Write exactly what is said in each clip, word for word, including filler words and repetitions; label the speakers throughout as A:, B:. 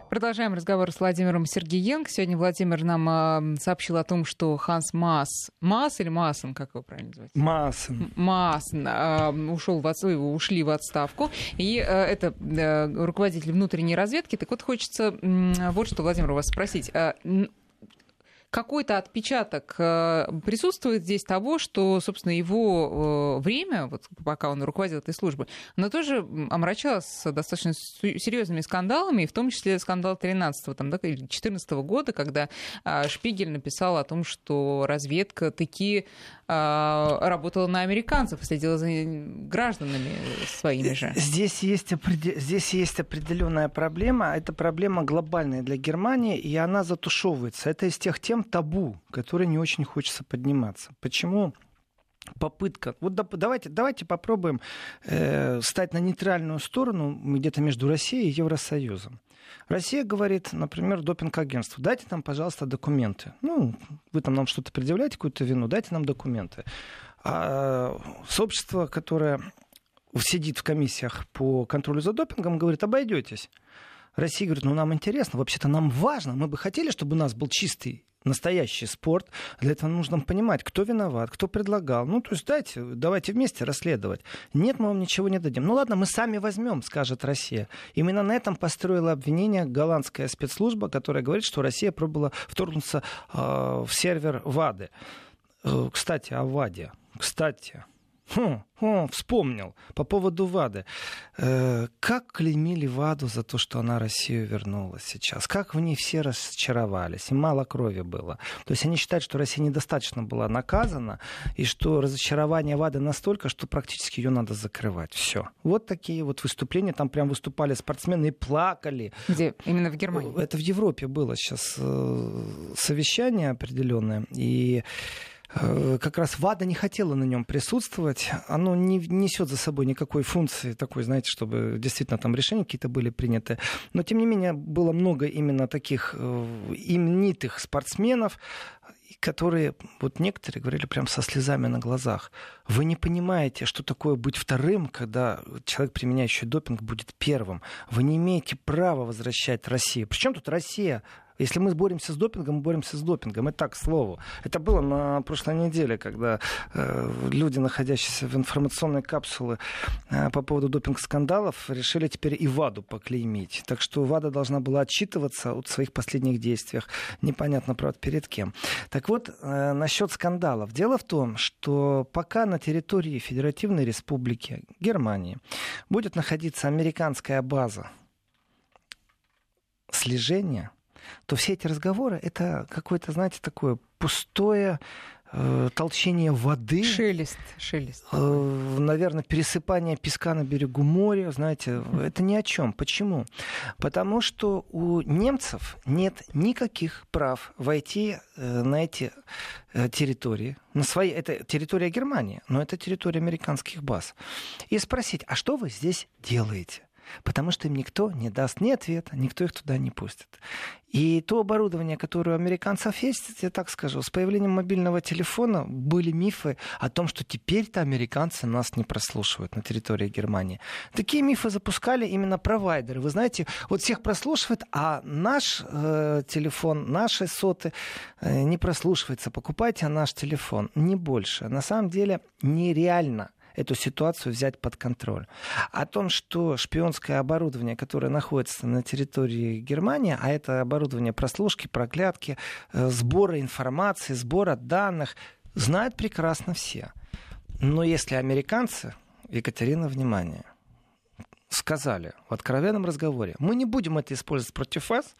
A: Продолжаем разговор с Владимиром Сергеенко. Сегодня Владимир нам э, сообщил о том, что Ханс Маас, Маас или Maaßen, как его правильно называть?
B: Maaßen.
A: Maaßen э, ушел в отставку, его ушли в отставку. И э, это э, руководитель внутренней разведки. Так вот, хочется э, вот что, Владимир, у вас спросить. Э, Какой-то отпечаток присутствует здесь того, что, собственно, его время, вот пока он руководил этой службой, оно тоже омрачалось достаточно серьезными скандалами, в том числе скандал тринадцатого там, да, или четырнадцатого года, когда Шпигель написал о том, что разведка таки работала на американцев, следила за гражданами своими же.
B: Здесь есть, здесь есть определенная проблема. Это проблема глобальная для Германии, и она затушевывается. Это из тех тем табу, которые не очень хочется подниматься. Почему? Попытка. Вот давайте, давайте попробуем э, стать на нейтральную сторону где-то между Россией и Евросоюзом. Россия говорит, например, допинг-агентству: дайте нам, пожалуйста, документы. Ну, вы там нам что-то предъявляете, какую-то вину, дайте нам документы. А сообщество, которое сидит в комиссиях по контролю за допингом, говорит: обойдетесь. Россия говорит: ну, нам интересно, вообще-то нам важно, мы бы хотели, чтобы у нас был чистый, настоящий спорт. Для этого нужно понимать, кто виноват, кто предлагал. Ну, то есть дайте, давайте вместе расследовать. Нет, мы вам ничего не дадим. Ну, ладно, мы сами возьмем, скажет Россия. Именно на этом построила обвинение голландская спецслужба, которая говорит, что Россия пробовала вторгнуться э, в сервер ВАДы. Э, кстати, о ВАДе. Кстати... Хм, хм, вспомнил по поводу ВАДы. Э, как клеймили ВАДу за то, что она Россию вернула сейчас. Как в ней все разочаровались. Им мало крови было. То есть они считают, что Россия недостаточно была наказана, и что разочарование ВАДы настолько, что практически ее надо закрывать. Все. Вот такие вот выступления. Там прям выступали спортсмены и плакали.
A: Где? Именно в Германии?
B: Это в Европе было сейчас э, совещание определенное. И как раз ВАДА не хотела на нем присутствовать. Оно не несет за собой никакой функции такой, знаете, чтобы действительно там решения какие-то были приняты. Но, тем не менее, было много именно таких именитых спортсменов, которые, вот некоторые говорили прям со слезами на глазах: вы не понимаете, что такое быть вторым, когда человек, применяющий допинг, будет первым. Вы не имеете права возвращать Россию. Причем тут Россия? Если мы боремся с допингом, мы боремся с допингом. И так, к слову. Это было на прошлой неделе, когда э, люди, находящиеся в информационной капсуле э, по поводу допинг-скандалов, решили теперь и ВАДу поклеймить. Так что ВАДа должна была отчитываться о своих последних действиях. Непонятно, правда, перед кем. Так вот, э, насчет скандалов. Дело в том, что пока на территории Федеративной Республики Германии будет находиться американская база слежения, то все эти разговоры — это какое-то, знаете, такое пустое э, толчение воды.
A: Шелест, шелест.
B: Э, наверное, пересыпание песка на берегу моря, знаете, это ни о чем. Почему? Потому что у немцев нет никаких прав войти э, на эти э, территории. На свои, это территория Германии, но это территория американских баз. И спросить: а что вы здесь делаете? Потому что им никто не даст ни ответа, никто их туда не пустит. И то оборудование, которое у американцев есть, я так скажу, с появлением мобильного телефона были мифы о том, что теперь-то американцы нас не прослушивают на территории Германии. Такие мифы запускали именно провайдеры. Вы знаете, вот всех прослушивает, а наш э, телефон, наши соты э, не прослушивается. Покупайте наш телефон. Не больше. На самом деле нереально эту ситуацию взять под контроль. О том, что шпионское оборудование, которое находится на территории Германии, а это оборудование прослушки, проглядки, сбора информации, сбора данных, знают прекрасно все. Но если американцы, Екатерина, внимание, сказали в откровенном разговоре: мы не будем это использовать против вас,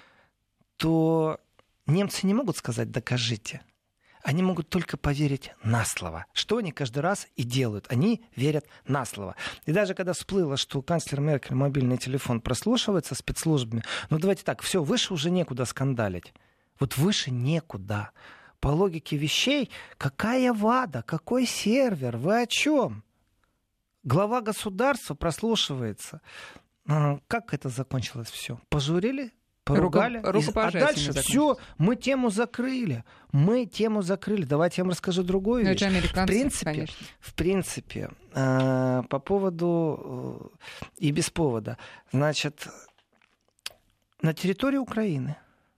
B: то немцы не могут сказать: докажите. Они могут только поверить на слово. Что они каждый раз и делают. Они верят на слово. И даже когда всплыло, что канцлер Меркель мобильный телефон прослушивается спецслужбами, ну давайте так, все, выше уже некуда скандалить. Вот выше некуда. По логике вещей, какая ВАДа, какой сервер, вы о чем? Глава государства прослушивается. Как это закончилось все? Пожурили? Поругали,
A: Руку,
B: а дальше все, мы тему закрыли. Мы тему закрыли. Давайте я вам расскажу другую вещь. В принципе, в принципе э, по поводу э, и без повода. Значит, на территории Украины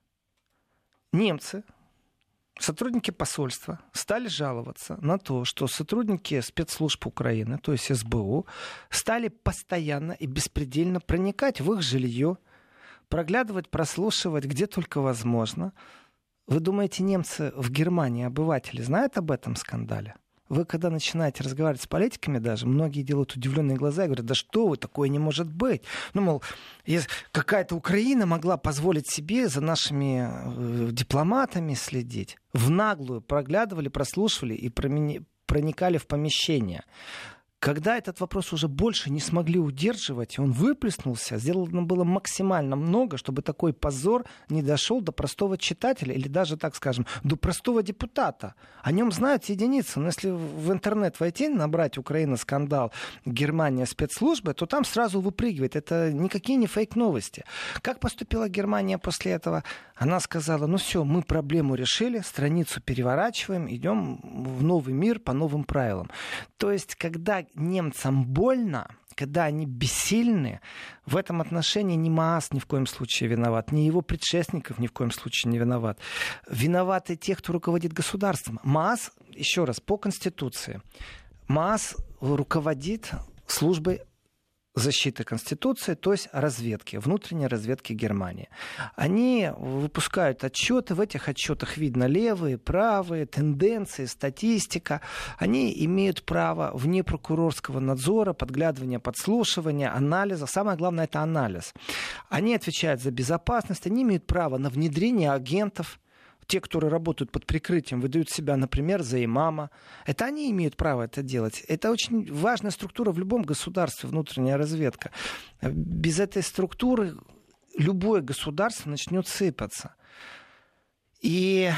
B: немцы, сотрудники посольства, стали жаловаться на то, что сотрудники спецслужб Украины, то есть эс бэ о, стали постоянно и беспредельно проникать в их жилье, проглядывать, прослушивать, где только возможно. Вы думаете, немцы в Германии, обыватели, знают об этом скандале? Вы, когда начинаете разговаривать с политиками даже, многие делают удивленные глаза и говорят, да что вы, такое не может быть. Ну, мол, если какая-то Украина могла позволить себе за нашими э, дипломатами следить. В наглую проглядывали, прослушивали и промени... проникали в помещения. Когда этот вопрос уже больше не смогли удерживать, он выплеснулся, сделано было максимально много, чтобы такой позор не дошел до простого читателя или даже, так скажем, до простого депутата. О нем знают единицы. Но если в интернет войти, набрать «Украина скандал», «Германия спецслужбы», то там сразу выпрыгивает. Это никакие не фейк-новости. Как поступила Германия после этого? Она сказала, ну все, мы проблему решили, страницу переворачиваем, идем в новый мир по новым правилам. То есть, когда немцам больно, когда они бессильны, в этом отношении ни МААС ни в коем случае виноват, ни его предшественников ни в коем случае не виноват. Виноваты те, кто руководит государством. МААС, еще раз, по Конституции, МААС руководит службой защиты Конституции, то есть разведки, внутренней разведки Германии. Они выпускают отчеты, в этих отчетах видно левые, правые, тенденции, статистика. Они имеют право вне прокурорского надзора, подглядывания, подслушивания, анализа. Самое главное — это анализ. Они отвечают за безопасность, они имеют право на внедрение агентов. Те, которые работают под прикрытием, выдают себя, например, за имама. Это они имеют право это делать. Это очень важная структура в любом государстве, внутренняя разведка. Без этой структуры любое государство начнет сыпаться. И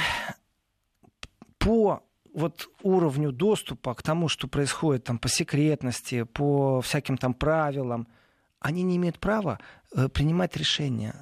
B: по вот уровню доступа к тому, что происходит там, по секретности, по всяким там правилам, они не имеют права принимать решения.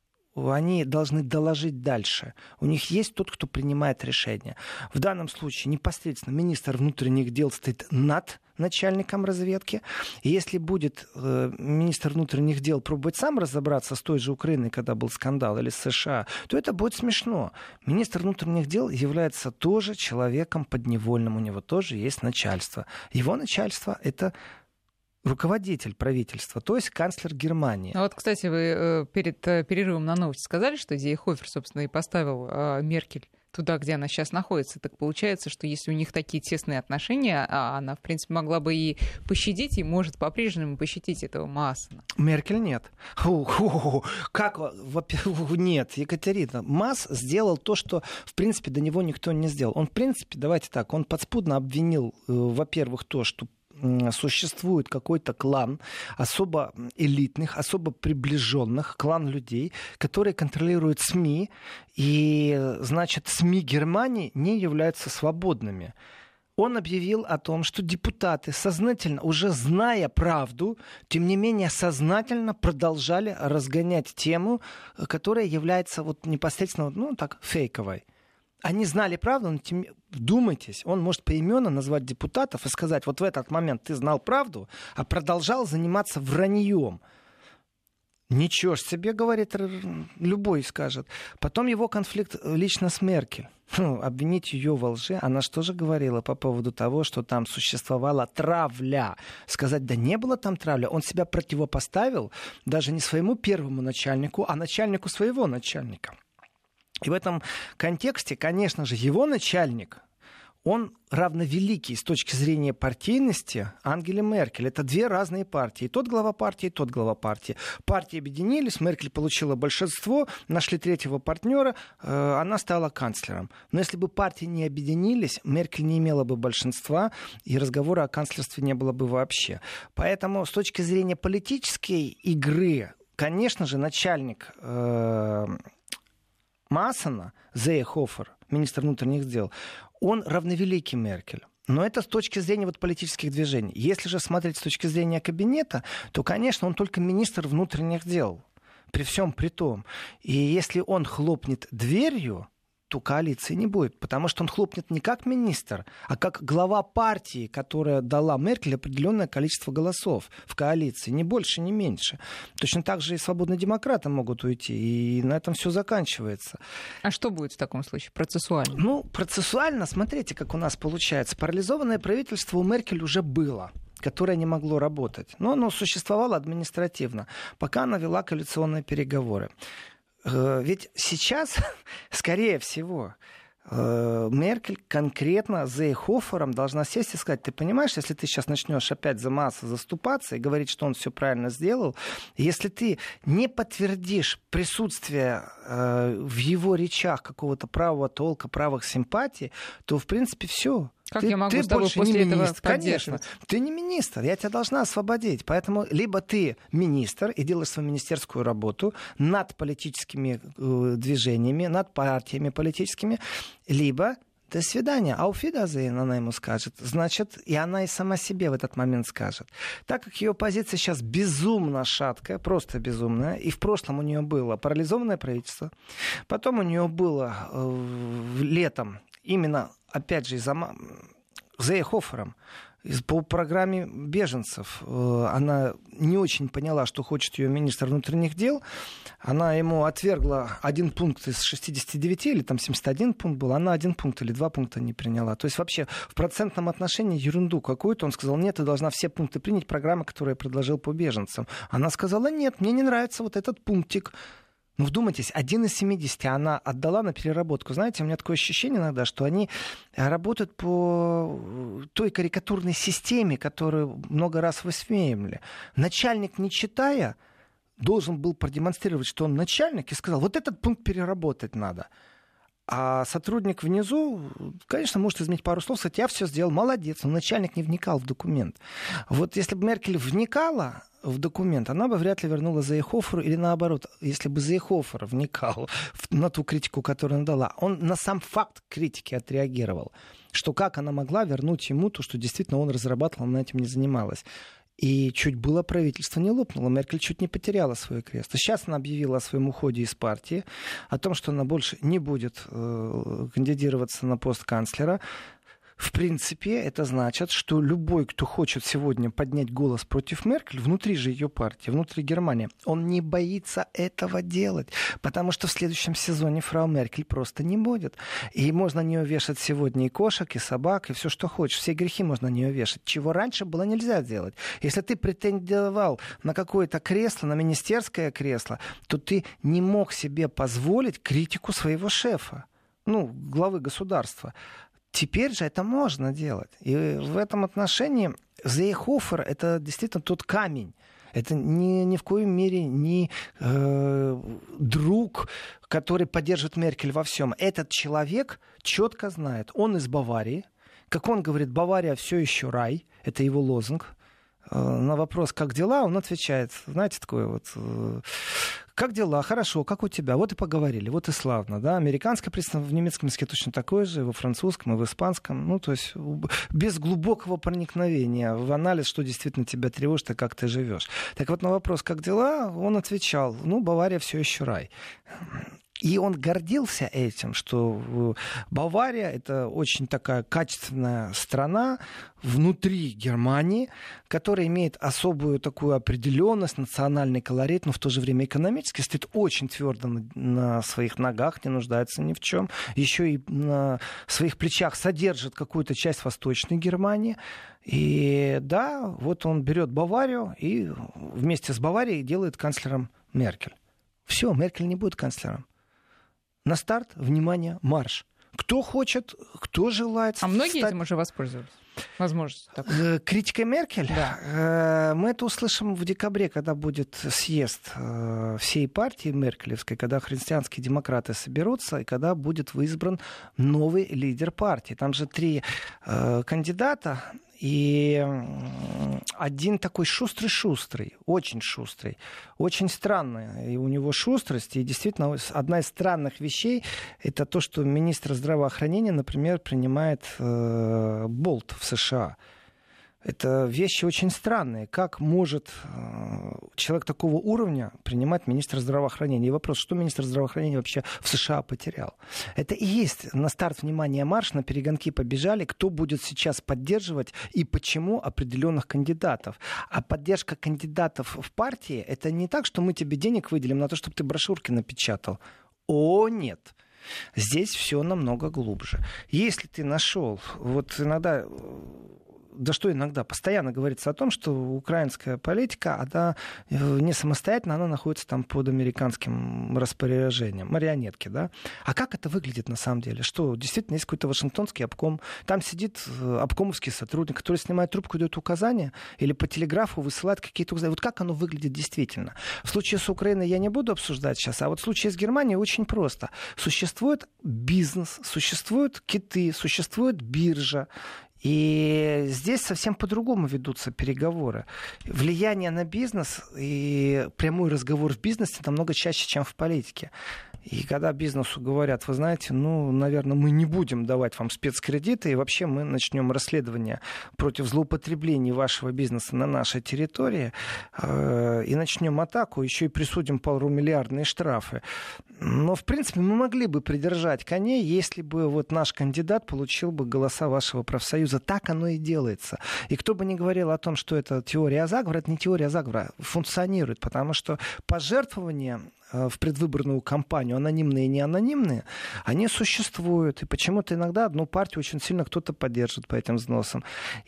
B: Они должны доложить дальше. У них есть тот, кто принимает решения. В данном случае непосредственно министр внутренних дел стоит над начальником разведки. И если будет э, министр внутренних дел пробовать сам разобраться с той же Украиной, когда был скандал, или с США, то это будет смешно. Министр внутренних дел является тоже человеком подневольным. У него тоже есть начальство. Его начальство — это руководитель правительства, то есть канцлер Германии.
A: А вот, кстати, вы перед перерывом на новости сказали, что Зейхофер, собственно, и поставил Меркель туда, где она сейчас находится. Так получается, что если у них такие тесные отношения, она, в принципе, могла бы и пощадить, и может по-прежнему пощадить этого МААСа.
B: Меркель нет. Фу-ху-ху. Как? Нет, Екатерина. МААС сделал то, что, в принципе, до него никто не сделал. Он, в принципе, давайте так, он подспудно обвинил, во-первых, то, что существует какой-то клан особо элитных, особо приближенных, клан людей, которые контролируют СМИ, и, значит, СМИ Германии не являются свободными. Он объявил о том, что депутаты сознательно, уже зная правду, тем не менее сознательно продолжали разгонять тему, которая является вот непосредственно, ну так, фейковой. Они знали правду, но тем... вдумайтесь, он может поименно назвать депутатов и сказать, вот в этот момент ты знал правду, а продолжал заниматься враньем. Ничего ж себе, говорит, любой скажет. Потом его конфликт лично с Меркель. Ну, обвинить ее во лжи. Она что же говорила по поводу того, что там существовала травля. Сказать, да не было там травля. Он себя противопоставил даже не своему первому начальнику, а начальнику своего начальника. И в этом контексте, конечно же, его начальник, он равновеликий с точки зрения партийности Ангеле Меркель. Это две разные партии. И тот глава партии, и тот глава партии. Партии объединились, Меркель получила большинство, нашли третьего партнера, э, она стала канцлером. Но если бы партии не объединились, Меркель не имела бы большинства, и разговора о канцлерстве не было бы вообще. Поэтому с точки зрения политической игры, конечно же, начальник Э, Массена, Зейхофер, министр внутренних дел, он равновеликий Меркель. Но это с точки зрения вот политических движений. Если же смотреть с точки зрения кабинета, то, конечно, он только министр внутренних дел. При всем при том. И если он хлопнет дверью, то коалиции не будет, потому что он хлопнет не как министр, а как глава партии, которая дала Меркель определенное количество голосов в коалиции, ни больше, ни меньше. Точно так же и свободные демократы могут уйти, и на этом все заканчивается.
A: А что будет в таком случае процессуально?
B: Ну, процессуально, смотрите, как у нас получается. Парализованное правительство у Меркель уже было, которое не могло работать. Но оно существовало административно, пока она вела коалиционные переговоры. Ведь сейчас, скорее всего, Меркель конкретно за Зейхофером должна сесть и сказать: ты понимаешь, если ты сейчас начнешь опять за Мааса заступаться и говорить, что он все правильно сделал, если ты не подтвердишь присутствие э, в его речах какого-то правого толка, правых симпатий, то, в принципе, все.
A: Как
B: ты,
A: я могу
B: ты
A: с тобой
B: больше
A: после
B: не
A: этого
B: министр. Конечно,
A: поддерживать?
B: ты не министр, я тебя должна освободить. Поэтому либо ты министр и делаешь свою министерскую работу над политическими э, движениями, над партиями политическими, либо до свидания. Auf Wiedersehen, она ему скажет. Значит, и она и сама себе в этот момент скажет. Так как ее позиция сейчас безумно шаткая, просто безумная, и в прошлом у нее было парализованное правительство, потом у нее было э, летом именно, опять же, из-за Зейхофером, по программе беженцев. Она не очень поняла, что хочет ее министр внутренних дел. Она ему отвергла один пункт из шестидесяти девяти, или там семьдесят один пункт был. Она один пункт или два пункта не приняла. То есть вообще в процентном отношении ерунду какую-то. Он сказал: нет, ты должна все пункты принять программы, которые я предложил по беженцам. Она сказала: нет, мне не нравится вот этот пунктик. Ну, вдумайтесь, один из семидесяти она отдала на переработку. Знаете, у меня такое ощущение иногда, что они работают по той карикатурной системе, которую много раз высмеивали. Начальник, не читая, должен был продемонстрировать, что он начальник, и сказал: вот этот пункт переработать надо. А сотрудник внизу, конечно, может изменить пару слов, сказать: я все сделал, молодец, но начальник не вникал в документ. Вот если бы Меркель вникала в документ, она бы вряд ли вернула Зейхоферу, или наоборот, если бы Зейхофер вникал в, на ту критику, которую она дала, он на сам факт критики отреагировал, что как она могла вернуть ему то, что действительно он разрабатывал, она этим не занималась. И чуть было правительство не лопнуло, Меркель чуть не потеряла свое кресло. Сейчас она объявила о своем уходе из партии, о том, что она больше не будет э, кандидироваться на пост канцлера. В принципе, это значит, что любой, кто хочет сегодня поднять голос против Меркель, внутри же ее партии, внутри Германии, он не боится этого делать, потому что в следующем сезоне фрау Меркель просто не будет. И можно на нее вешать сегодня и кошек, и собак, и все, что хочешь. Все грехи можно на нее вешать, чего раньше было нельзя делать. Если ты претендовал на какое-то кресло, на министерское кресло, то ты не мог себе позволить критику своего шефа, ну, главы государства. Теперь же это можно делать. И в этом отношении Зейхофер — это действительно тот камень. Это ни, ни в коем мере не э, друг, который поддержит Меркель во всем. Этот человек четко знает. Он из Баварии. Как он говорит, Бавария все еще рай. Это его лозунг. Э, на вопрос, как дела, он отвечает, знаете, такое вот... Э, как дела? Хорошо. Как у тебя? Вот и поговорили. Вот и славно. Да? Американское представление в немецком языке точно такое же, во французском и в испанском. Ну, то есть без глубокого проникновения в анализ, что действительно тебя тревожит и как ты живешь. Так вот, на вопрос, как дела, он отвечал: ну, Бавария все еще рай. И он гордился этим, что Бавария — это очень такая качественная страна внутри Германии, которая имеет особую такую определенность, национальный колорит, но в то же время экономически стоит очень твердо на, на своих ногах, не нуждается ни в чем. Еще и на своих плечах содержит какую-то часть Восточной Германии. И да, вот он берет Баварию и вместе с Баварией делает канцлером Меркель. Все, Меркель не будет канцлером. На старт, внимание, марш. Кто хочет, кто желает...
A: А многие
B: стать...
A: этим уже воспользовались? Возможность такой.
B: Критика Меркель?
A: Да.
B: Мы это услышим в декабре, когда будет съезд всей партии меркелевской, когда христианские демократы соберутся, и когда будет избран новый лидер партии. Там же три кандидата, и один такой шустрый-шустрый, очень шустрый, очень странный. И у него шустрость, и действительно одна из странных вещей — это то, что министр здравоохранения, например, принимает э, Болт в США. Это вещи очень странные. Как может человек такого уровня принимать министра здравоохранения? И вопрос, что министр здравоохранения вообще в США потерял? Это и есть на старт внимания марш, на перегонки побежали, кто будет сейчас поддерживать и почему определенных кандидатов. А поддержка кандидатов в партии, это не так, что мы тебе денег выделим на то, чтобы ты брошюрки напечатал. О, нет. Здесь все намного глубже. Если ты нашел, вот иногда... Да что иногда? Постоянно говорится о том, что украинская политика, она не самостоятельна, она находится там под американским распоряжением. Марионетки, да? А как это выглядит на самом деле? Что, действительно, есть какой-то вашингтонский обком, там сидит обкомовский сотрудник, который снимает трубку, дает указания, или по телеграфу высылает какие-то указания. Вот как оно выглядит действительно? В случае с Украиной я не буду обсуждать сейчас, а вот в случае с Германией очень просто. Существует бизнес, существуют киты, существует биржа, и здесь совсем по-другому ведутся переговоры. Влияние на бизнес и прямой разговор в бизнесе намного чаще, чем в политике. И когда бизнесу говорят, вы знаете, ну, наверное, мы не будем давать вам спецкредиты, и вообще мы начнем расследование против злоупотреблений вашего бизнеса на нашей территории, э, и начнем атаку, еще и присудим полумиллиардные штрафы. Но, в принципе, мы могли бы придержать коней, если бы вот наш кандидат получил бы голоса вашего профсоюза. Так оно и делается. И кто бы ни говорил о том, что это теория заговора, это не теория заговора, функционирует, потому что пожертвования в предвыборную кампанию, анонимные и не анонимные, они существуют. И почему-то иногда одну партию очень сильно кто-то поддержит по этим взносам.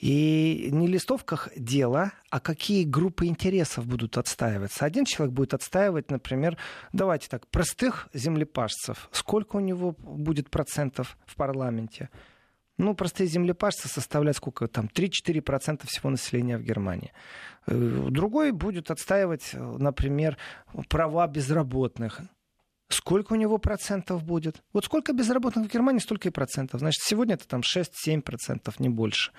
B: И не в листовках дело, а какие группы интересов будут отстаиваться. Один человек будет отстаивать, например, давайте так, простых землепашцев. Сколько у него будет процентов в парламенте? Ну, простые землепашцы составляют сколько там? три-четыре процента всего населения в Германии. Другой будет отстаивать, например, права безработных. Сколько у него процентов будет? Вот сколько безработных в Германии, столько и процентов. Значит, сегодня это там шесть-семь процентов, не больше.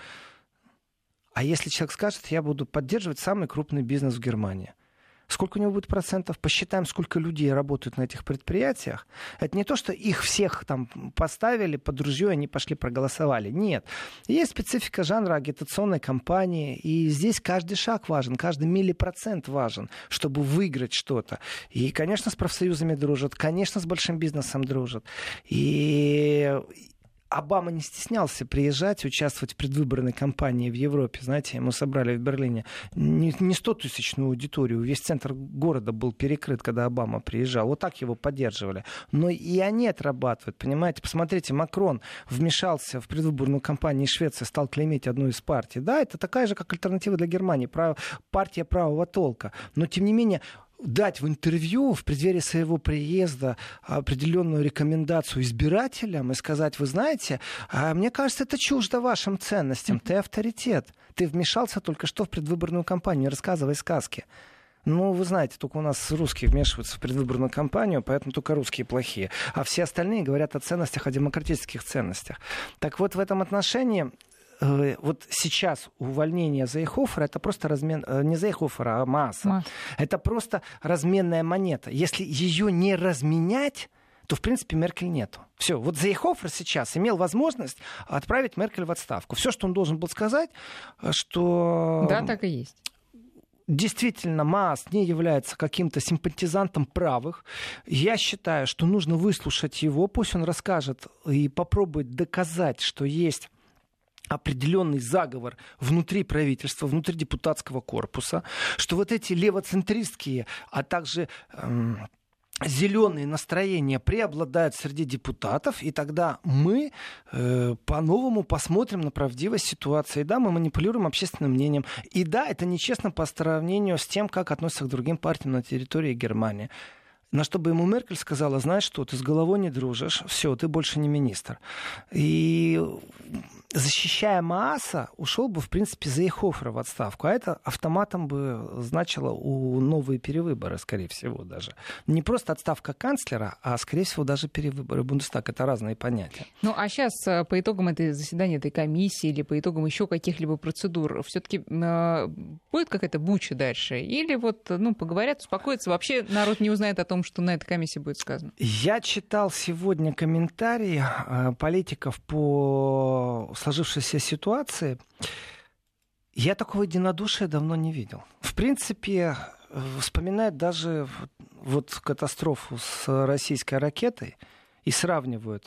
B: А если человек скажет, я буду поддерживать самый крупный бизнес в Германии, сколько у него будет процентов? Посчитаем, сколько людей работают на этих предприятиях. Это не то, что их всех там поставили под ружье, и они пошли проголосовали. Нет. Есть специфика жанра агитационной кампании, и здесь каждый шаг важен, каждый миллипроцент важен, чтобы выиграть что-то. И, конечно, с профсоюзами дружат, конечно, с большим бизнесом дружат. И... Обама не стеснялся приезжать, участвовать в предвыборной кампании в Европе. Знаете, мы собрали в Берлине не стотысячную аудиторию, весь центр города был перекрыт, когда Обама приезжал. Вот так его поддерживали. Но и они отрабатывают, понимаете. Посмотрите, Макрон вмешался в предвыборную кампанию Швеции, стал клеймить одну из партий. Да, это такая же, как альтернатива для Германии, партия правого толка. Но, тем не менее, дать в интервью в преддверии своего приезда определенную рекомендацию избирателям и сказать, вы знаете, мне кажется, это чуждо вашим ценностям, ты авторитет, ты вмешался только что в предвыборную кампанию, не рассказывай сказки. Ну, вы знаете, только у нас русские вмешиваются в предвыборную кампанию, поэтому только русские плохие. А все остальные говорят о ценностях, о демократических ценностях. Так вот, в этом отношении... Вот сейчас увольнение Зейхофера — это просто размен... Не Зейхофера, а Мааса. Ма. Это просто разменная монета. Если ее не разменять, то, в принципе, Меркель нету. Все. Вот Зейхофер сейчас имел возможность отправить Меркель в отставку. Все, что он должен был сказать, что...
A: Да, так и есть.
B: Действительно, Маас не является каким-то симпатизантом правых. Я считаю, что нужно выслушать его. Пусть он расскажет и попробует доказать, что есть определенный заговор внутри правительства, внутри депутатского корпуса, что вот эти левоцентристские, а также эм, зеленые настроения преобладают среди депутатов, и тогда мы э, по-новому посмотрим на правдивость ситуации. Да, мы манипулируем общественным мнением. И да, это нечестно по сравнению с тем, как относятся к другим партиям на территории Германии. На что бы ему Меркель сказала, знаешь что, ты с головой не дружишь, все, ты больше не министр. И защищая Мааса, ушел бы, в принципе, Зейхофера в отставку. А это автоматом бы значило у новые перевыборы, скорее всего, даже. Не просто отставка канцлера, а, скорее всего, даже перевыборы. Бундестаг — это разные понятия.
A: Ну, а сейчас по итогам этой заседания, этой комиссии или по итогам еще каких-либо процедур все-таки э, будет какая-то буча дальше? Или вот, ну, поговорят, успокоятся, вообще народ не узнает о том, что на этой комиссии будет сказано?
B: Я читал сегодня комментарии э, политиков по сложившейся ситуации. Я такого единодушия давно не видел. В принципе, вспоминают даже вот катастрофу с российской ракетой и сравнивают,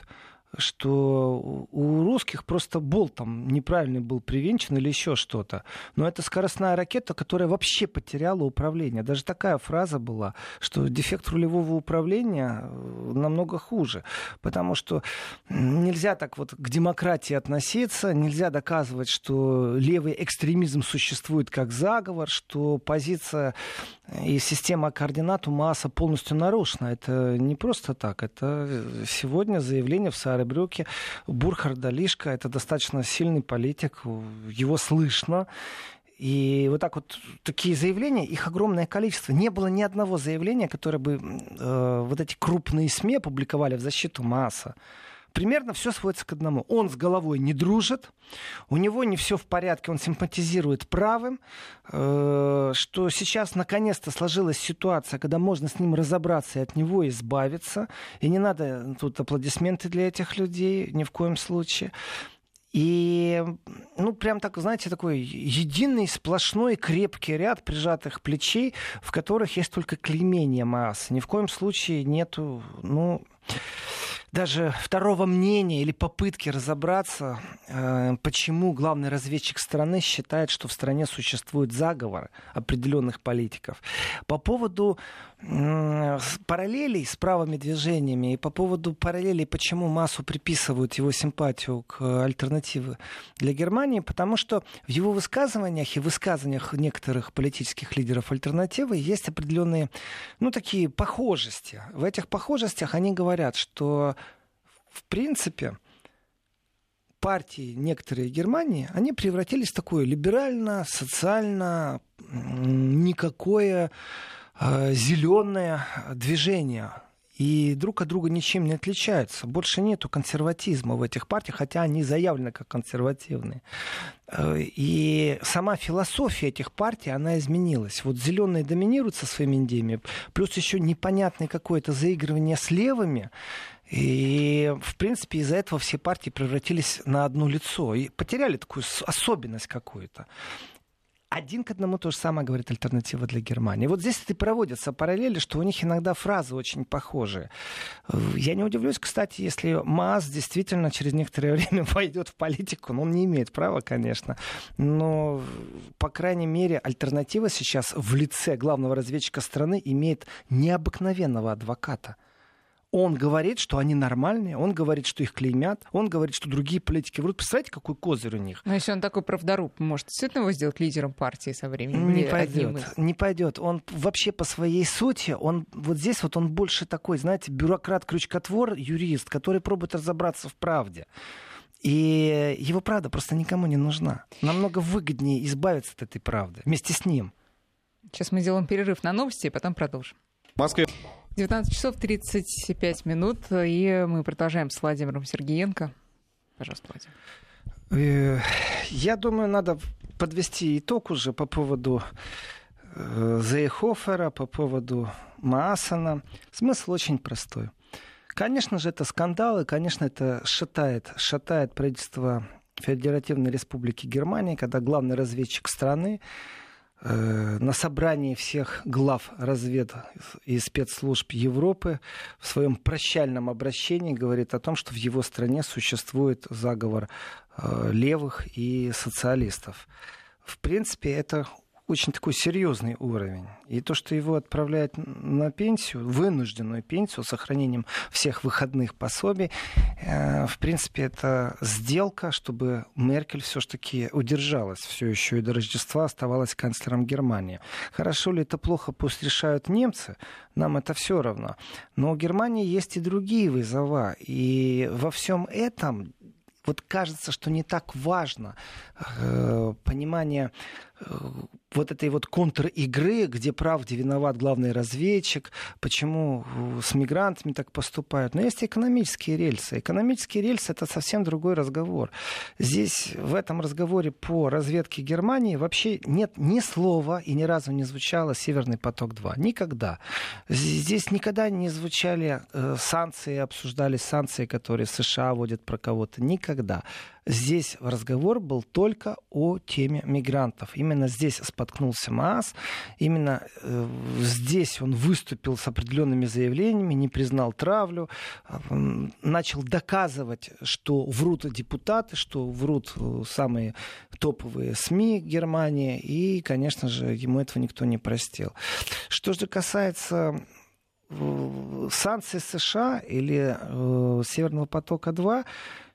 B: что у русских просто болт там неправильно был привинчен или еще что-то. Но это скоростная ракета, которая вообще потеряла управление. Даже такая фраза была, что дефект рулевого управления намного хуже. Потому что нельзя так вот к демократии относиться, нельзя доказывать, что левый экстремизм существует как заговор, что позиция и система координат у МААСа полностью нарушена. Это не просто так. Это сегодня заявление в Сааребрюке Бурхарда Лишка. Это достаточно сильный политик. Его слышно. И вот так вот такие заявления, их огромное количество. Не было ни одного заявления, которое бы э, вот эти крупные СМИ опубликовали в защиту МААСа. Примерно все сводится к одному. Он с головой не дружит, у него не все в порядке, он симпатизирует правым, э, что сейчас наконец-то сложилась ситуация, когда можно с ним разобраться и от него избавиться. И не надо тут аплодисменты для этих людей ни в коем случае. И, ну, прям так, знаете, такой единый, сплошной, крепкий ряд прижатых плечей, в которых есть только клеймение МААСа. Ни в коем случае нету, ну... даже второго мнения или попытки разобраться, э, почему главный разведчик страны считает, что в стране существует заговор определенных политиков. По поводу э, параллелей с правыми движениями и по поводу параллелей, почему МААСу приписывают его симпатию к альтернативе для Германии, потому что в его высказываниях и высказываниях некоторых политических лидеров альтернативы есть определенные, ну, такие похожести. В этих похожестях они говорят, что в принципе, партии некоторые Германии, они превратились в такое либерально, социально, никакое э, зеленое движение. И друг от друга ничем не отличаются. Больше нету консерватизма в этих партиях, хотя они заявлены как консервативные. И сама философия этих партий, она изменилась. Вот зеленые доминируют со своими идеями, плюс еще непонятное какое-то заигрывание с левыми. И, в принципе, из-за этого все партии превратились на одно лицо и потеряли такую особенность какую-то. Один к одному то же самое говорит альтернатива для Германии. Вот здесь и проводятся параллели, что у них иногда фразы очень похожие. Я не удивлюсь, кстати, если МААС действительно через некоторое время пойдет в политику. Ну, он не имеет права, конечно. Но, по крайней мере, альтернатива сейчас в лице главного разведчика страны имеет необыкновенного адвоката. Он говорит, что они нормальные, он говорит, что их клеймят, он говорит, что другие политики врут. Представляете, какой козырь у них?
A: Но если он такой правдоруб, может действительно его сделать лидером партии со временем?
B: Не пойдет, из... не пойдет. Он вообще по своей сути, он вот здесь вот он больше такой, знаете, бюрократ-крючкотвор, юрист, который пробует разобраться в правде. И его правда просто никому не нужна. Намного выгоднее избавиться от этой правды вместе с ним.
A: Сейчас мы сделаем перерыв на новости, и потом продолжим.
C: В Москве.
A: девятнадцать часов тридцать пять минут, и мы продолжаем с Владимиром Сергеенко. Пожалуйста, Владимир.
B: Я думаю, надо подвести итог уже по поводу Зейхофера, по поводу Маасана. Смысл очень простой. Конечно же, это скандалы, конечно, это шатает, шатает правительство Федеративной Республики Германии, когда главный разведчик страны на собрании всех глав развед и спецслужб Европы в своем прощальном обращении говорит о том, что в его стране существует заговор левых и социалистов. В принципе, это очень такой серьезный уровень. И то, что его отправляют на пенсию, вынужденную пенсию, с сохранением всех выходных пособий, э, в принципе, это сделка, чтобы Меркель все-таки удержалась все еще и до Рождества оставалась канцлером Германии. Хорошо ли это, плохо, пусть решают немцы, нам это все равно. Но у Германии есть и другие вызова. И во всем этом вот кажется, что не так важно э, понимание э, вот этой вот контр-игры, где прав, где виноват главный разведчик, почему с мигрантами так поступают. Но есть экономические рельсы. Экономические рельсы — это совсем другой разговор. Здесь в этом разговоре по разведке Германии вообще нет ни слова и ни разу не звучало «Северный поток-два». Никогда. Здесь никогда не звучали э, санкции, обсуждались санкции, которые США вводят про кого-то. Никогда. Здесь разговор был только о теме мигрантов. Именно здесь споткнулся Маас, именно э, здесь он выступил с определенными заявлениями, не признал травлю, э, начал доказывать, что врут депутаты, что врут самые топовые СМИ Германии, и, конечно же, ему этого никто не простил. Что же касается э, санкций США или э, Северного потока-два,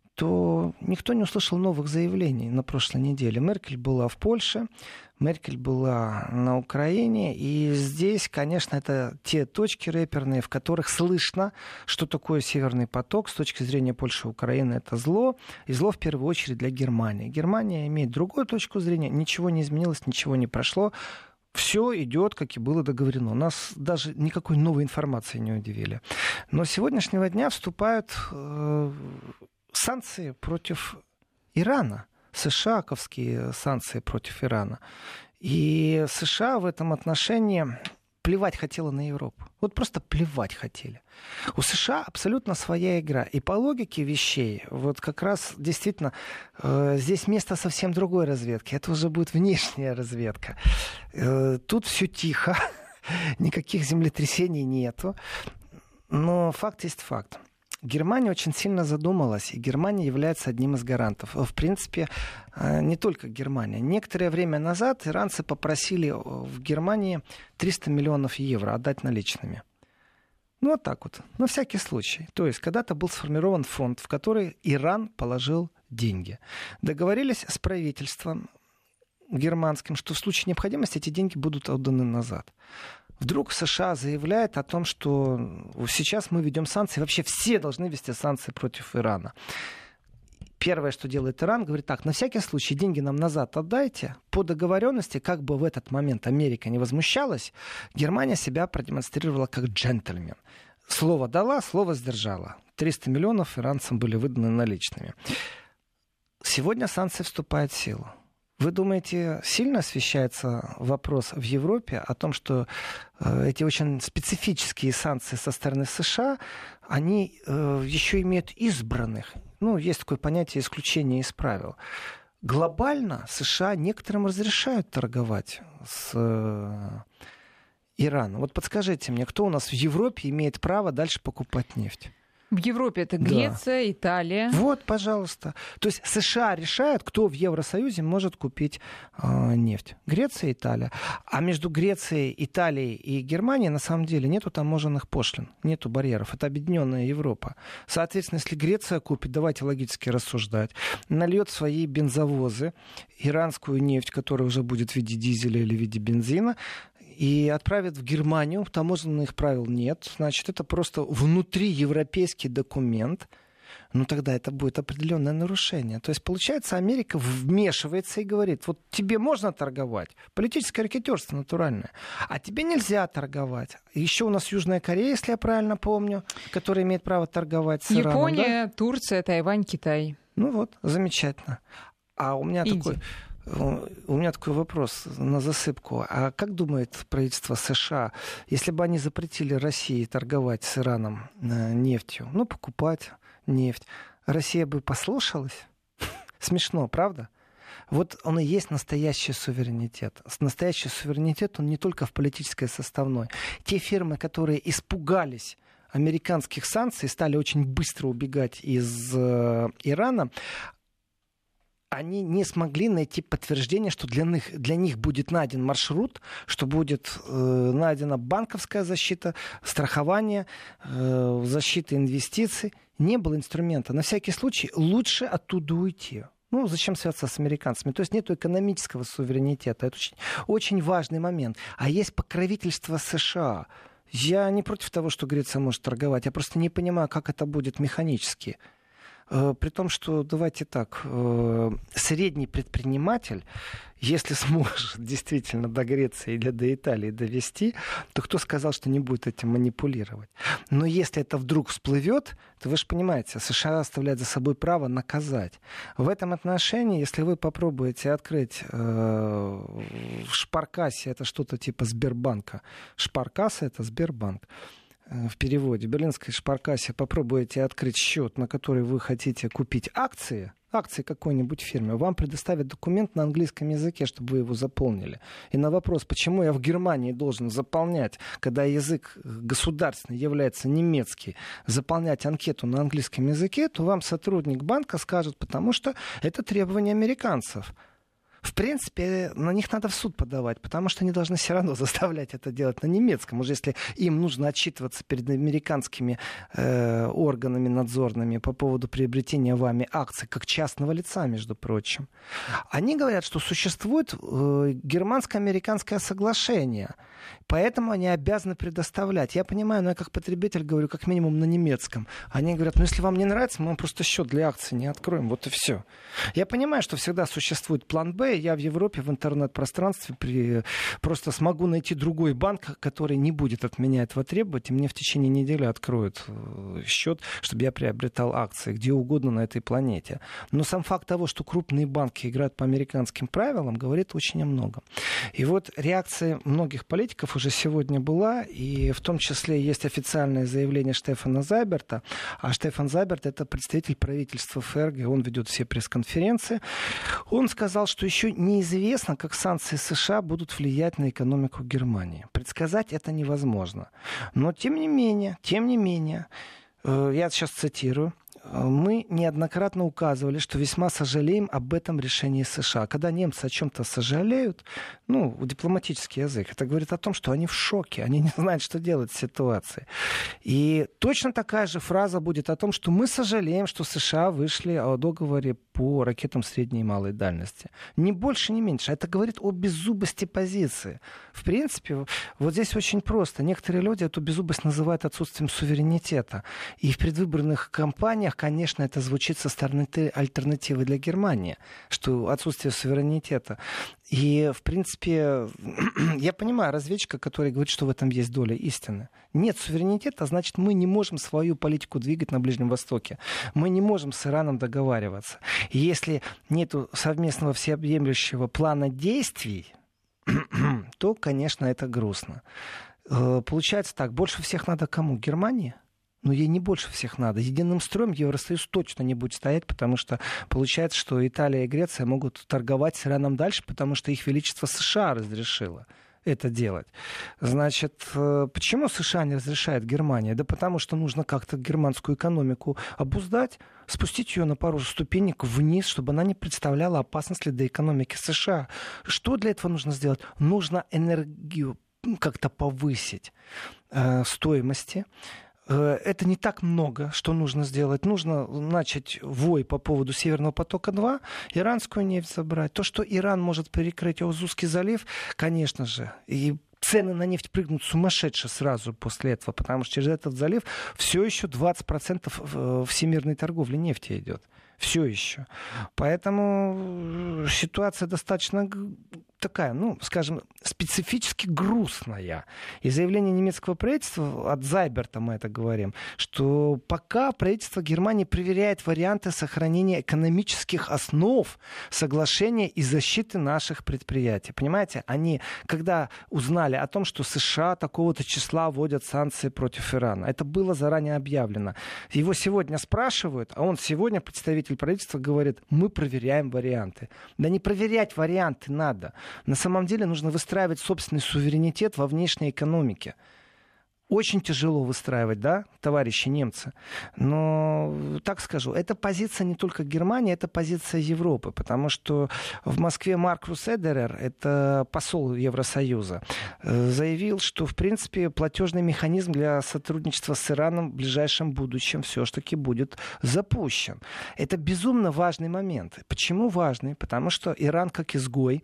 B: то никто не услышал новых заявлений на прошлой неделе. Меркель была в Польше, Меркель была на Украине, и здесь, конечно, это те точки рэперные, в которых слышно, что такое Северный поток. С точки зрения Польши и Украины это зло, и зло в первую очередь для Германии. Германия имеет другую точку зрения, ничего не изменилось, ничего не прошло. Все идет, как и было договорено. Нас даже никакой новой информации не удивили. Но с сегодняшнего дня вступают э, санкции против Ирана. США-ковские санкции против Ирана. И США в этом отношении плевать хотела на Европу. Вот просто плевать хотели. У США абсолютно своя игра. И по логике вещей, вот как раз действительно э, здесь место совсем другой разведки. Это уже будет внешняя разведка. Э, тут все тихо, никаких землетрясений нету. Но факт есть факт. Германия очень сильно задумалась, и Германия является одним из гарантов. В принципе, не только Германия. Некоторое время назад иранцы попросили в Германии триста миллионов евро отдать наличными. Ну, вот так вот, на всякий случай. То есть, когда-то был сформирован фонд, в который Иран положил деньги. Договорились с правительством германским, что в случае необходимости эти деньги будут отданы назад. Вдруг США заявляет о том, что сейчас мы ведем санкции, вообще все должны вести санкции против Ирана. Первое, что делает Иран, говорит так: на всякий случай деньги нам назад отдайте. По договоренности, как бы в этот момент Америка не возмущалась, Германия себя продемонстрировала как джентльмен. Слово дала, слово сдержала. триста миллионов иранцам были выданы наличными. Сегодня санкции вступают в силу. Вы думаете, сильно освещается вопрос в Европе о том, что э, эти очень специфические санкции со стороны США, они э, еще имеют избранных? Ну, есть такое понятие исключения из правил. Глобально США некоторым разрешают торговать с э, Ираном. Вот подскажите мне, кто у нас в Европе имеет право дальше покупать нефть?
A: В Европе это Греция, да. Италия.
B: Вот, пожалуйста. То есть США решают, кто в Евросоюзе может купить э, нефть. Греция, Италия. А между Грецией, Италией и Германией на самом деле нету таможенных пошлин, нету барьеров. Это объединенная Европа. Соответственно, если Греция купит, давайте логически рассуждать, нальет свои бензовозы, иранскую нефть, которая уже будет в виде дизеля или в виде бензина, и отправят в Германию, таможенных правил нет, значит, это просто внутриевропейский документ, ну тогда это будет определенное нарушение. То есть, получается, Америка вмешивается и говорит: вот тебе можно торговать, политическое рекетёрство натуральное, а тебе нельзя торговать. Еще у нас Южная Корея, если я правильно помню, которая имеет право торговать с Ираном.
A: Япония,
B: да?
A: Турция, Тайвань, Китай.
B: Ну вот, замечательно. А у меня
A: Индия.
B: такой... У меня такой вопрос на засыпку. А как думает правительство США, если бы они запретили России торговать с Ираном нефтью, ну, покупать нефть, Россия бы послушалась? Смешно, правда? Вот он и есть настоящий суверенитет. Настоящий суверенитет, он не только в политической составной. Те фирмы, которые испугались американских санкций, стали очень быстро убегать из э, Ирана, они не смогли найти подтверждение, что для них, для них будет найден маршрут, что будет э, найдена банковская защита, страхование, э, защита инвестиций. Не было инструмента. На всякий случай лучше оттуда уйти. Ну, зачем связаться с американцами? То есть нет экономического суверенитета. Это очень, очень важный момент. А есть покровительство США. Я не против того, что Греция может торговать. Я просто не понимаю, как это будет механически. При том, что, давайте так, средний предприниматель, если сможет действительно до Греции или до Италии довести, то кто сказал, что не будет этим манипулировать? Но если это вдруг всплывет, то вы же понимаете, США оставляют за собой право наказать. В этом отношении, если вы попробуете открыть э, в Шпаркассе, это что-то типа Сбербанка, Шпаркасса — это Сбербанк, в переводе, в берлинской Шпаркассе попробуете открыть счет, на который вы хотите купить акции акции какой-нибудь фирмы, вам предоставят документ на английском языке, чтобы вы его заполнили. И на вопрос, почему я в Германии должен заполнять, когда язык государственный является немецкий, заполнять анкету на английском языке, то вам сотрудник банка скажет, потому что это требование американцев. В принципе, на них надо в суд подавать, потому что они должны все равно заставлять это делать на немецком. Уже если им нужно отчитываться перед американскими э, органами надзорными по поводу приобретения вами акций, как частного лица, между прочим. Они говорят, что существует э, германско-американское соглашение, поэтому они обязаны предоставлять. Я понимаю, но я как потребитель говорю, как минимум на немецком. Они говорят, ну если вам не нравится, мы вам просто счет для акций не откроем, вот и все. Я понимаю, что всегда существует план «Б», я в Европе, в интернет-пространстве при... просто смогу найти другой банк, который не будет от меня этого требовать, и мне в течение недели откроют счет, чтобы я приобретал акции где угодно на этой планете. Но сам факт того, что крупные банки играют по американским правилам, говорит очень о многом. И вот реакция многих политиков уже сегодня была, и в том числе есть официальное заявление Штефана Зайберта, а Штефан Зайберт — это представитель правительства ФРГ, он ведет все пресс-конференции. Он сказал, что еще неизвестно, как санкции США будут влиять на экономику Германии. Предсказать это невозможно. Но тем не менее, тем не менее, я сейчас цитирую, мы неоднократно указывали, что весьма сожалеем об этом решении США. Когда немцы о чем-то сожалеют, ну, дипломатический язык, это говорит о том, что они в шоке, они не знают, что делать в ситуации. И точно такая же фраза будет о том, что мы сожалеем, что США вышли о договоре по ракетам средней и малой дальности. Ни больше, ни меньше. Это говорит о беззубости позиции. В принципе, вот здесь очень просто. Некоторые люди эту беззубость называют отсутствием суверенитета. И в предвыборных кампаниях, конечно, это звучит со стороны альтернативы для Германии, что отсутствие суверенитета. И, в принципе, я понимаю разведчика, который говорит, что в этом есть доля истины. Нет суверенитета, значит, мы не можем свою политику двигать на Ближнем Востоке. Мы не можем с Ираном договариваться. И если нет совместного всеобъемлющего плана действий, то, конечно, это грустно. Получается так, больше всех надо кому? Германии? Но ей не больше всех надо. Единым строем Евросоюз точно не будет стоять, потому что получается, что Италия и Греция могут торговать с Ираном дальше, потому что их величество США разрешило это делать. Значит, почему США не разрешает Германии? Да потому что нужно как-то германскую экономику обуздать, спустить ее на пару ступенек вниз, чтобы она не представляла опасности для экономики США. Что для этого нужно сделать? Нужно энергию как-то повысить э, стоимости. Это не так много, что нужно сделать. Нужно начать вой по поводу Северного потока-два, иранскую нефть забрать. То, что Иран может перекрыть Ормузский залив, конечно же, и цены на нефть прыгнут сумасшедше сразу после этого, потому что через этот залив все еще двадцать процентов всемирной торговли нефти идет. Все еще. Поэтому ситуация достаточно такая, ну, скажем, специфически грустная. И заявление немецкого правительства, от Зайберта мы это говорим, что пока правительство Германии проверяет варианты сохранения экономических основ соглашения и защиты наших предприятий. Понимаете, они, когда узнали о том, что США такого-то числа вводят санкции против Ирана, это было заранее объявлено. Его сегодня спрашивают, а он сегодня, представитель правительства, говорит, мы проверяем варианты. Да не проверять варианты надо. На самом деле нужно выстраивать собственный суверенитет во внешней экономике. Очень тяжело выстраивать, да, товарищи немцы? Но, так скажу, это позиция не только Германии, это позиция Европы, потому что в Москве Маркус Эдерер, это посол Евросоюза, заявил, что, в принципе, платежный механизм для сотрудничества с Ираном в ближайшем будущем все-таки будет запущен. Это безумно важный момент. Почему важный? Потому что Иран, как изгой,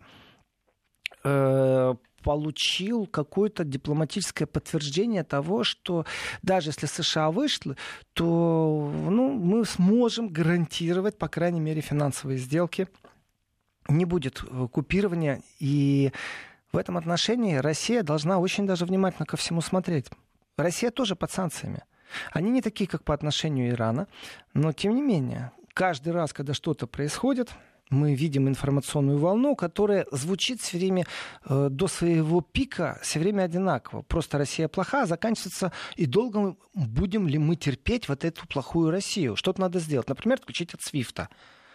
B: получил какое-то дипломатическое подтверждение того, что даже если США вышло, то ну, мы сможем гарантировать, по крайней мере, финансовые сделки. Не будет купирования. И в этом отношении Россия должна очень даже внимательно ко всему смотреть. Россия тоже под санкциями. Они не такие, как по отношению Ирана, но тем не менее, каждый раз, когда что-то происходит, мы видим информационную волну, которая звучит все время э, до своего пика, все время одинаково. Просто Россия плоха, заканчивается, и долго будем ли мы терпеть вот эту плохую Россию? Что-то надо сделать. Например, отключить от свифта.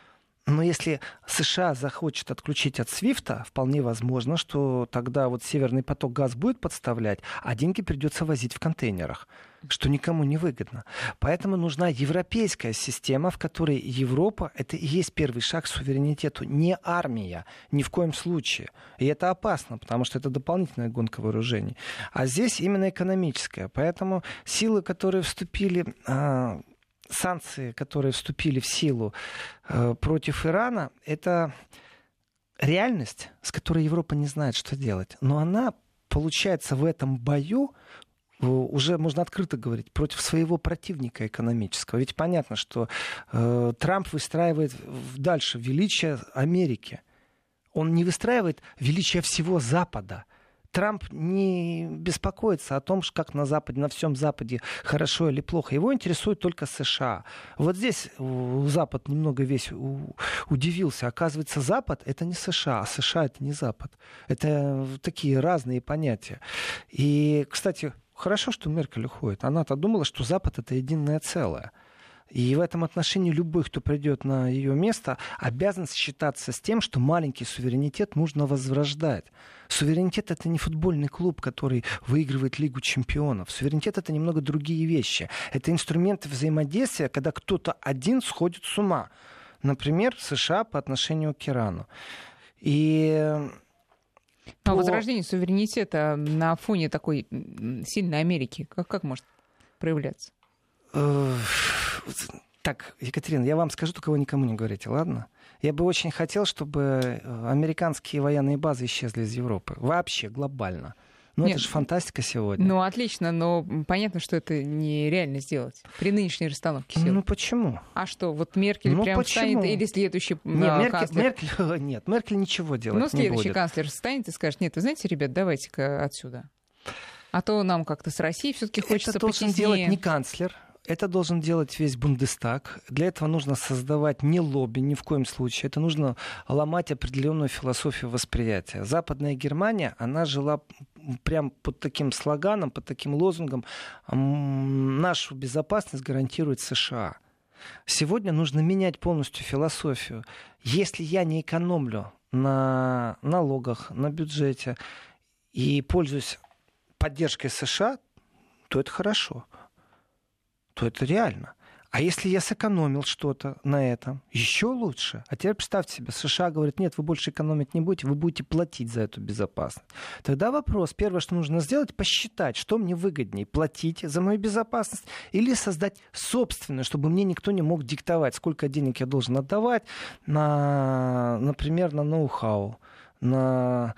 B: Но если США захочет отключить от свифта, вполне возможно, что тогда вот Северный поток газ будет подставлять, а деньги придется возить в контейнерах, что никому не выгодно. Поэтому нужна европейская система, в которой Европа — это и есть первый шаг к суверенитету, не армия, ни в коем случае. И это опасно, потому что это дополнительная гонка вооружений. А здесь именно экономическая. Поэтому силы, которые вступили... санкции, которые вступили в силу э, против Ирана, это реальность, с которой Европа не знает, что делать. Но она, получается, в этом бою, э, уже можно открыто говорить, против своего противника экономического. Ведь понятно, что э, Трамп выстраивает дальше величие Америки. Он не выстраивает величие всего Запада. Трамп не беспокоится о том, как на Западе, на всем Западе хорошо или плохо. Его интересует только США. Вот здесь Запад немного весь удивился. Оказывается, Запад — это не США, а США — это не Запад. Это такие разные понятия. И, кстати, хорошо, что Меркель уходит. Она-то думала, что Запад — это единое целое. И в этом отношении любой, кто придет на ее место, обязан считаться с тем, что маленький суверенитет нужно возрождать. Суверенитет — это не футбольный клуб, который выигрывает Лигу чемпионов. Суверенитет — это немного другие вещи. Это инструменты взаимодействия, когда кто-то один сходит с ума. Например, США по отношению к Ирану. И...
A: А
B: по...
A: возрождение суверенитета на фоне такой сильной Америки, как, как может проявляться?
B: Так, Екатерина, я вам скажу, только вы никому не говорите, ладно? Я бы очень хотел, чтобы американские военные базы исчезли из Европы. Вообще, глобально. Ну, это же фантастика сегодня.
A: Ну, отлично, но понятно, что это нереально сделать при нынешней расстановке сил.
B: Ну, почему?
A: А что, вот Меркель
B: ну,
A: прям
B: почему?
A: встанет или следующий
B: нет, Меркель,
A: канцлер?
B: Меркель, нет, Меркель ничего делать
A: ну,
B: не будет.
A: Ну, следующий канцлер встанет и скажет: нет, вы знаете, ребят, давайте-ка отсюда. А то нам как-то с Россией все-таки хочется
B: это должен
A: потеснее.
B: делать не канцлер. Это должен делать весь Бундестаг. Для этого нужно создавать не лобби, ни в коем случае. Это нужно ломать определенную философию восприятия. Западная Германия, она жила прям под таким слоганом, под таким лозунгом: нашу безопасность гарантирует США. Сегодня нужно менять полностью философию. Если я не экономлю на налогах, на бюджете и пользуюсь поддержкой США, то это хорошо. То это реально. А если я сэкономил что-то на этом, еще лучше. А теперь представьте себе, США говорят: нет, вы больше экономить не будете, вы будете платить за эту безопасность. Тогда вопрос, первое, что нужно сделать, посчитать, что мне выгоднее: платить за мою безопасность или создать собственную, чтобы мне никто не мог диктовать, сколько денег я должен отдавать, на, например, на ноу-хау, на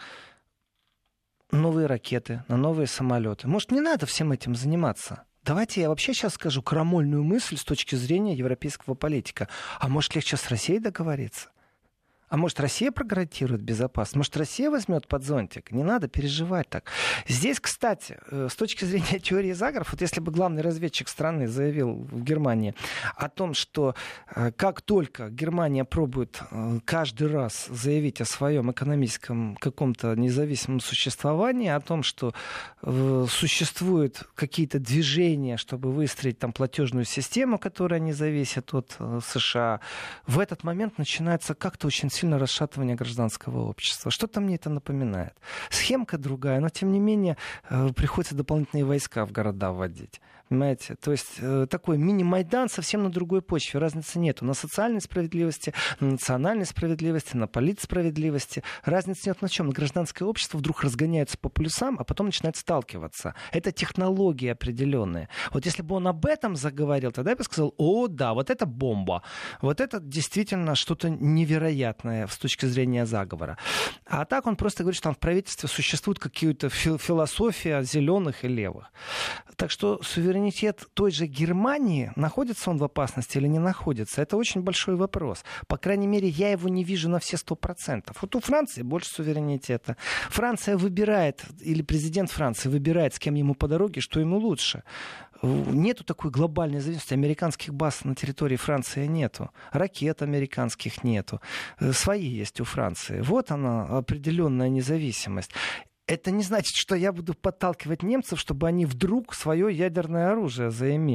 B: новые ракеты, на новые самолеты. Может, не надо всем этим заниматься? Давайте я вообще сейчас скажу крамольную мысль с точки зрения европейского политика. А может, легче с Россией договориться? А может, Россия прогарантирует безопасность? Может, Россия возьмет под зонтик? Не надо переживать так. Здесь, кстати, с точки зрения теории заговоров, вот если бы главный разведчик страны заявил в Германии о том, что как только Германия пробует каждый раз заявить о своем экономическом каком-то независимом существовании, о том, что существуют какие-то движения, чтобы выстроить там платежную систему, которая не зависит от США, в этот момент начинается как-то очень сильно расшатывание гражданского общества. Что-то мне это напоминает. Схемка другая, но тем не менее приходится дополнительные войска в города вводить. Понимаете? То есть такой мини-майдан совсем на другой почве. Разницы нету. На социальной справедливости, на национальной справедливости, на политсправедливости. Разницы нет на чем. Гражданское общество вдруг разгоняется по полюсам, а потом начинает сталкиваться. Это технологии определенные. Вот если бы он об этом заговорил, тогда я бы сказал: о, да, вот это бомба. Вот это действительно что-то невероятное с точки зрения заговора. А так он просто говорит, что там в правительстве существует какая-то философия зеленых и левых. Так что суверенитет той же Германии, находится он в опасности или не находится, это очень большой вопрос. По крайней мере, я его не вижу на все сто процентов. Вот у Франции больше суверенитета. Франция выбирает, или президент Франции выбирает, с кем ему по дороге, что ему лучше. Нету такой глобальной зависимости. Американских баз на территории Франции нету. Ракет американских нету. Свои есть у Франции. Вот она, определенная независимость. Это не значит, что я буду подталкивать немцев, чтобы они вдруг свое ядерное оружие заимели.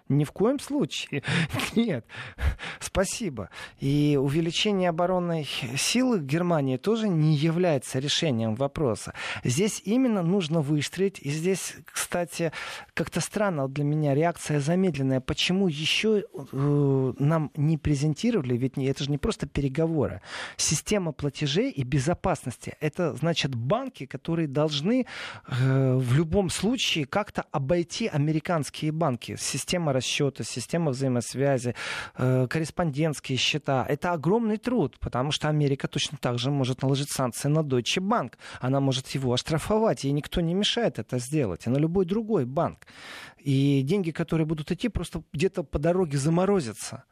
B: Ни в коем случае. Нет. Спасибо. И увеличение оборонной силы Германии тоже не является решением вопроса. Здесь именно нужно выстрелить. И здесь, кстати, как-то странно для меня реакция замедленная. Почему еще э, нам не презентировали? Ведь это же не просто переговоры. Система платежей и безопасности. Это значит банки, которые должны э, в любом случае как-то обойти американские банки. Система расчета, система взаимосвязи, э, корреспондентские счета. Это огромный труд, потому что Америка точно так же может наложить санкции на Deutsche Bank. Она может его оштрафовать, ей никто не мешает это сделать, и на любой другой банк. И деньги, которые будут идти, просто где-то по дороге заморозятся.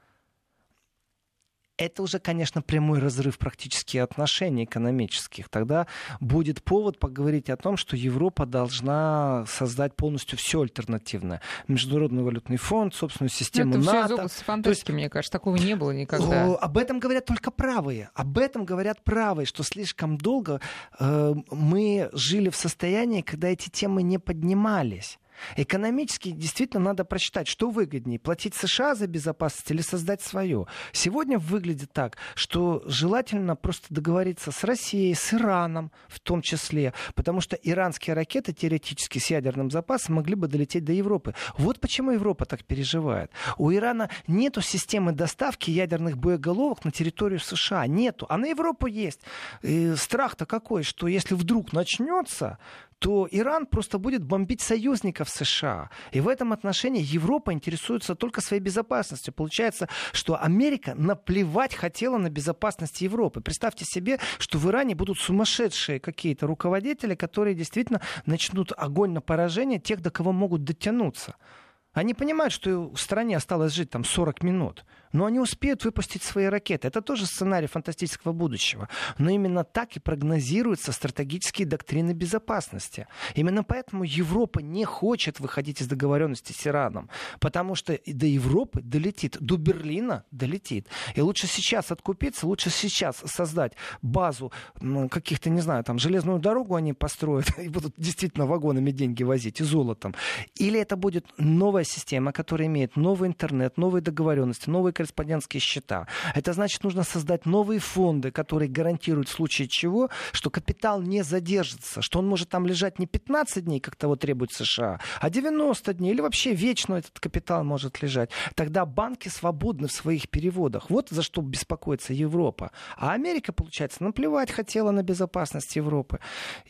B: Это уже, конечно, прямой разрыв практически отношений экономических. Тогда будет повод поговорить о том, что Европа должна создать полностью все альтернативное. Международный валютный фонд, собственную систему
A: это
B: НАТО.
A: Все из области фантастики, мне кажется, такого не было никогда.
B: Об этом говорят только правые. Об этом говорят правые, что слишком долго э, мы жили в состоянии, когда эти темы не поднимались. Экономически действительно надо просчитать, что выгоднее, платить США за безопасность или создать свое. Сегодня выглядит так, что желательно просто договориться с Россией, с Ираном в том числе, потому что иранские ракеты теоретически с ядерным запасом могли бы долететь до Европы. Вот почему Европа так переживает. У Ирана нету системы доставки ядерных боеголовок на территорию США. Нету. А на Европу есть. И страх-то какой, что если вдруг начнется, то Иран просто будет бомбить союзников США. И в этом отношении Европа интересуется только своей безопасностью. Получается, что Америка наплевать хотела на безопасность Европы. Представьте себе, что в Иране будут сумасшедшие какие-то руководители, которые действительно начнут огонь на поражение тех, до кого могут дотянуться. Они понимают, что в стране осталось жить там сорок минут, но они успеют выпустить свои ракеты. Это тоже сценарий фантастического будущего. Но именно так и прогнозируются стратегические доктрины безопасности. Именно поэтому Европа не хочет выходить из договоренности с Ираном, потому что до Европы долетит, до Берлина долетит. И лучше сейчас откупиться, лучше сейчас создать базу каких-то, не знаю, там железную дорогу они построят и будут действительно вагонами деньги возить и золотом. Или это будет новая система, которая имеет новый интернет, новые договоренности, новые корреспондентские счета. Это значит, нужно создать новые фонды, которые гарантируют в случае чего, что капитал не задержится, что он может там лежать не пятнадцать дней, как того требует США, а девяносто дней, или вообще вечно этот капитал может лежать. Тогда банки свободны в своих переводах. Вот за что беспокоится Европа. А Америка, получается, наплевать хотела на безопасность Европы.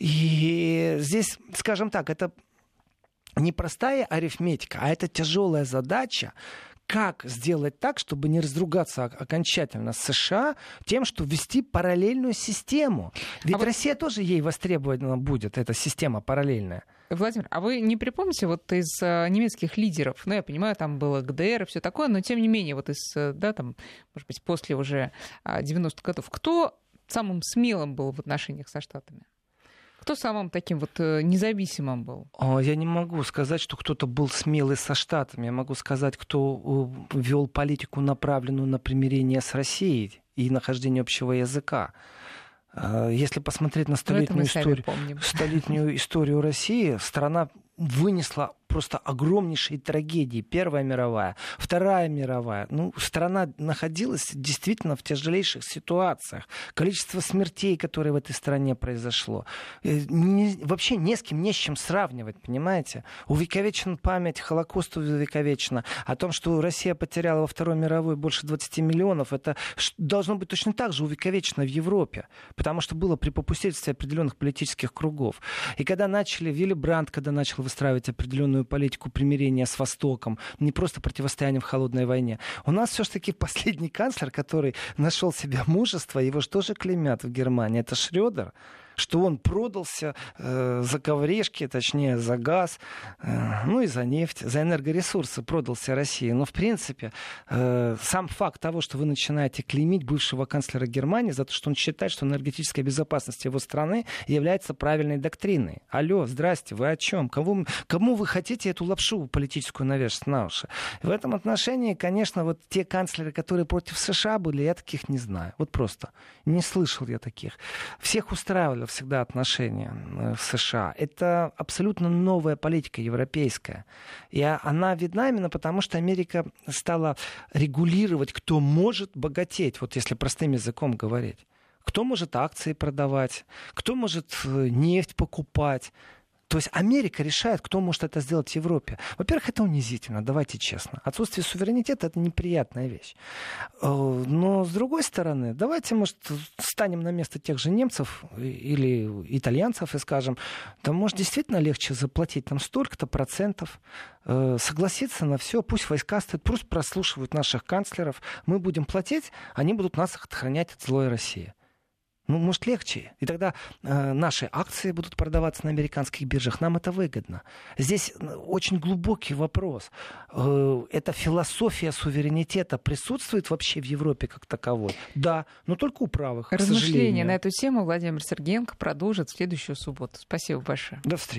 B: И здесь, скажем так, это не простая арифметика, а это тяжелая задача, как сделать так, чтобы не разругаться окончательно с США тем, что ввести параллельную систему. Ведь а вот... Россия тоже ей востребована будет, эта система параллельная.
A: Владимир, а вы не припомните вот из э, немецких лидеров, ну, я понимаю, там было ГДР и все такое, но тем не менее, вот из, да, там, может быть, после уже девяностых годов, кто самым смелым был в отношениях со Штатами? Кто самым таким вот независимым был?
B: Я не могу сказать, что кто-то был смелый со Штатами. Я могу сказать, кто вел политику, направленную на примирение с Россией и нахождение общего языка. Если посмотреть на столетнюю историю, столетнюю историю России, страна вынесла просто огромнейшие трагедии. Первая мировая, Вторая мировая. Ну, страна находилась действительно в тяжелейших ситуациях. Количество смертей, которые в этой стране произошло, не, вообще не с кем, не с чем сравнивать, понимаете? Увековечена память, Холокост увековечена. О том, что Россия потеряла во Второй мировой больше двадцать миллионов, это должно быть точно так же увековечено в Европе, потому что было при попустительстве определенных политических кругов. И когда начали, Вилли Брандт, когда начал выстраивать определенную политику примирения с Востоком, не просто противостояние в холодной войне. У нас все-таки последний канцлер, который нашел себе мужество, его же тоже клеймят в Германии, это Шрёдер, что он продался э, за коврешки, точнее за газ, э, ну и за нефть, за энергоресурсы продался России. Но в принципе э, сам факт того, что вы начинаете клеймить бывшего канцлера Германии за то, что он считает, что энергетическая безопасность его страны является правильной доктриной. Алло, здрасте, вы о чем? Кому, кому вы хотите эту лапшу политическую навешать на уши? В этом отношении, конечно, вот те канцлеры, которые против США были, я таких не знаю. Вот просто не слышал я таких. Всех устраивали. всегда отношения с США. Это абсолютно новая политика европейская. И она видна именно потому, что Америка стала регулировать, кто может богатеть, вот если простым языком говорить. Кто может акции продавать, кто может нефть покупать. То есть Америка решает, кто может это сделать в Европе. Во-первых, это унизительно, давайте честно. Отсутствие суверенитета — это неприятная вещь. Но, с другой стороны, давайте, может, станем на место тех же немцев или итальянцев и скажем, да, может, действительно легче заплатить нам столько-то процентов, согласиться на все, пусть войска стоят, пусть прослушивают наших канцлеров, мы будем платить, они будут нас отстранять от злой России. Ну, может, легче. И тогда э, наши акции будут продаваться на американских биржах. Нам это выгодно. Здесь очень глубокий вопрос. Э, эта философия суверенитета присутствует вообще в Европе как таковой? Да, но только у правых,
A: Размышления на эту тему Владимир Сергеенко продолжит в следующую субботу. Спасибо большое.
B: До встречи.